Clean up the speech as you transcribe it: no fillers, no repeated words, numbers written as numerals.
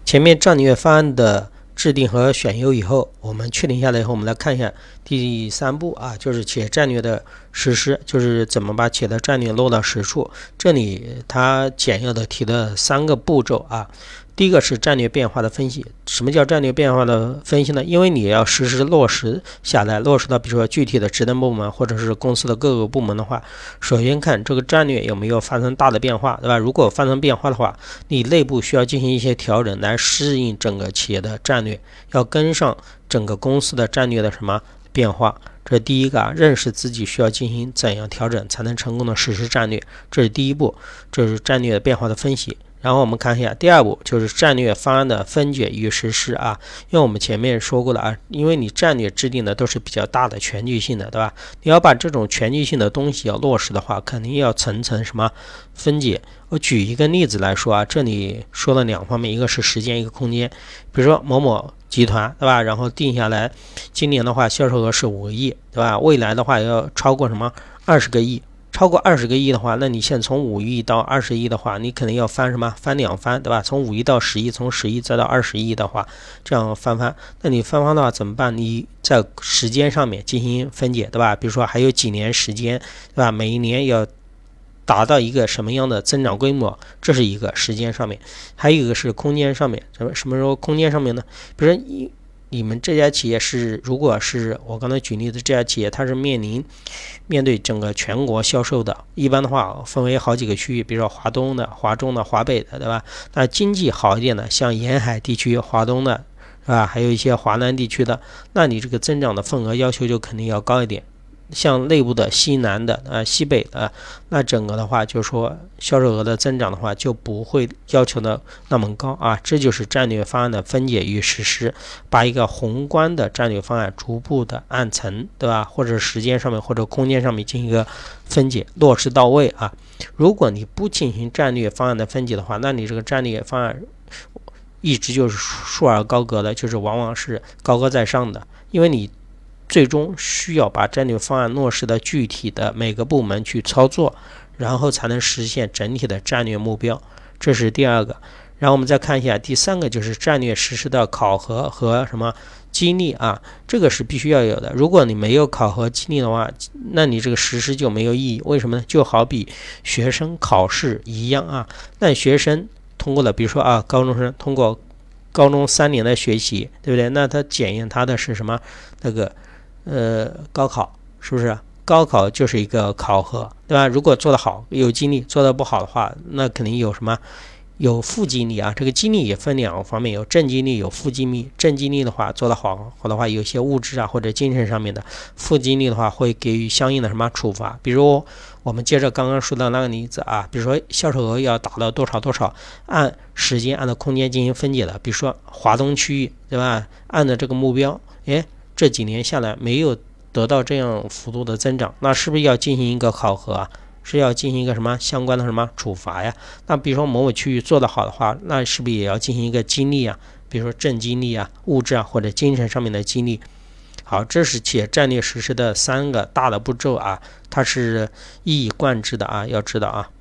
前面战略方案的制定和选优以后，我们确定下来以后，我们来看一下第3步啊，就是企业战略的实施，就是怎么把企业的战略落到实处。这里它简要的提了3个步骤啊。第一个是战略变化的分析。什么叫战略变化的分析呢？因为你要实施落实下来，落实到比如说具体的职能部门或者是公司的各个部门的话，首先看这个战略有没有发生大的变化，对吧？如果发生变化的话，你内部需要进行一些调整来适应整个企业的战略，要跟上整个公司的战略的什么变化。这是第一个啊，认识自己需要进行怎样调整才能成功的实施战略，这是第一步，这是战略变化的分析。然后我们看一下第2步，就是战略方案的分解与实施啊。因为我们前面说过了啊，因为你战略制定的都是比较大的全局性的，对吧？你要把这种全局性的东西要落实的话，肯定要层层什么分解。我举一个例子来说啊，这里说了2方面，一个是时间，一个空间。比如说某某集团，对吧？然后定下来，今年的话销售额是5个亿，对吧？未来的话要超过什么20个亿。超过20个亿的话，那你现在从5亿到20亿的话，你肯定要翻什么？翻2番，对吧？从5亿到10亿，从10亿再到20亿的话，这样翻番。那你翻番的话怎么办？你在时间上面进行分解，对吧？比如说还有几年时间，对吧？每一年要达到一个什么样的增长规模，这是一个时间上面。还有一个是空间上面，什么时候空间上面呢？比如说你们这家企业是，如果是我刚才举例的这家企业，它是面对整个全国销售的，一般的话分为好几个区域，比如说华东的、华中的、华北的，对吧？那经济好一点的，像沿海地区、华东的，是吧？还有一些华南地区的，那你这个增长的份额要求就肯定要高一点。像内部的西南的西北的，那整个的话就是说销售额的增长的话就不会要求的那么高啊。这就是战略方案的分解与实施，把一个宏观的战略方案逐步的按层，对吧？或者时间上面或者空间上面进行一个分解，落实到位啊。如果你不进行战略方案的分解的话，那你这个战略方案一直就是束而高阁的，就是往往是高高在上的，因为你最终需要把战略方案落实的具体的每个部门去操作，然后才能实现整体的战略目标。这是第2个。然后我们再看一下第3个，就是战略实施的考核和什么激励啊，这个是必须要有的。如果你没有考核激励的话，那你这个实施就没有意义。为什么呢？就好比学生考试一样啊，那学生通过了，比如说啊，高中生通过高中3年的学习，对不对？那他检验他的是什么？那个高考，是不是？高考就是一个考核，对吧？如果做得好有激励，做得不好的话，那肯定有什么？有负激励啊。这个激励也分2个方面，有正激励，有负激励。正激励的话做得好的话，有些物质啊或者精神上面的；负激励的话会给予相应的什么处罚。比如我们接着刚刚说的那个例子啊，比如说销售额要达到多少多少，按时间按照空间进行分解的。比如说华东区域，对吧？按照这个目标，这几年下来没有得到这样幅度的增长，那是不是要进行一个考核啊？是要进行一个什么相关的什么处罚呀？那比如说某某区域做得好的话，那是不是也要进行一个激励啊？比如说正激励啊、物质啊或者精神上面的激励。好，这是企业战略实施的3个大的步骤啊，它是一以贯之的啊，要知道啊。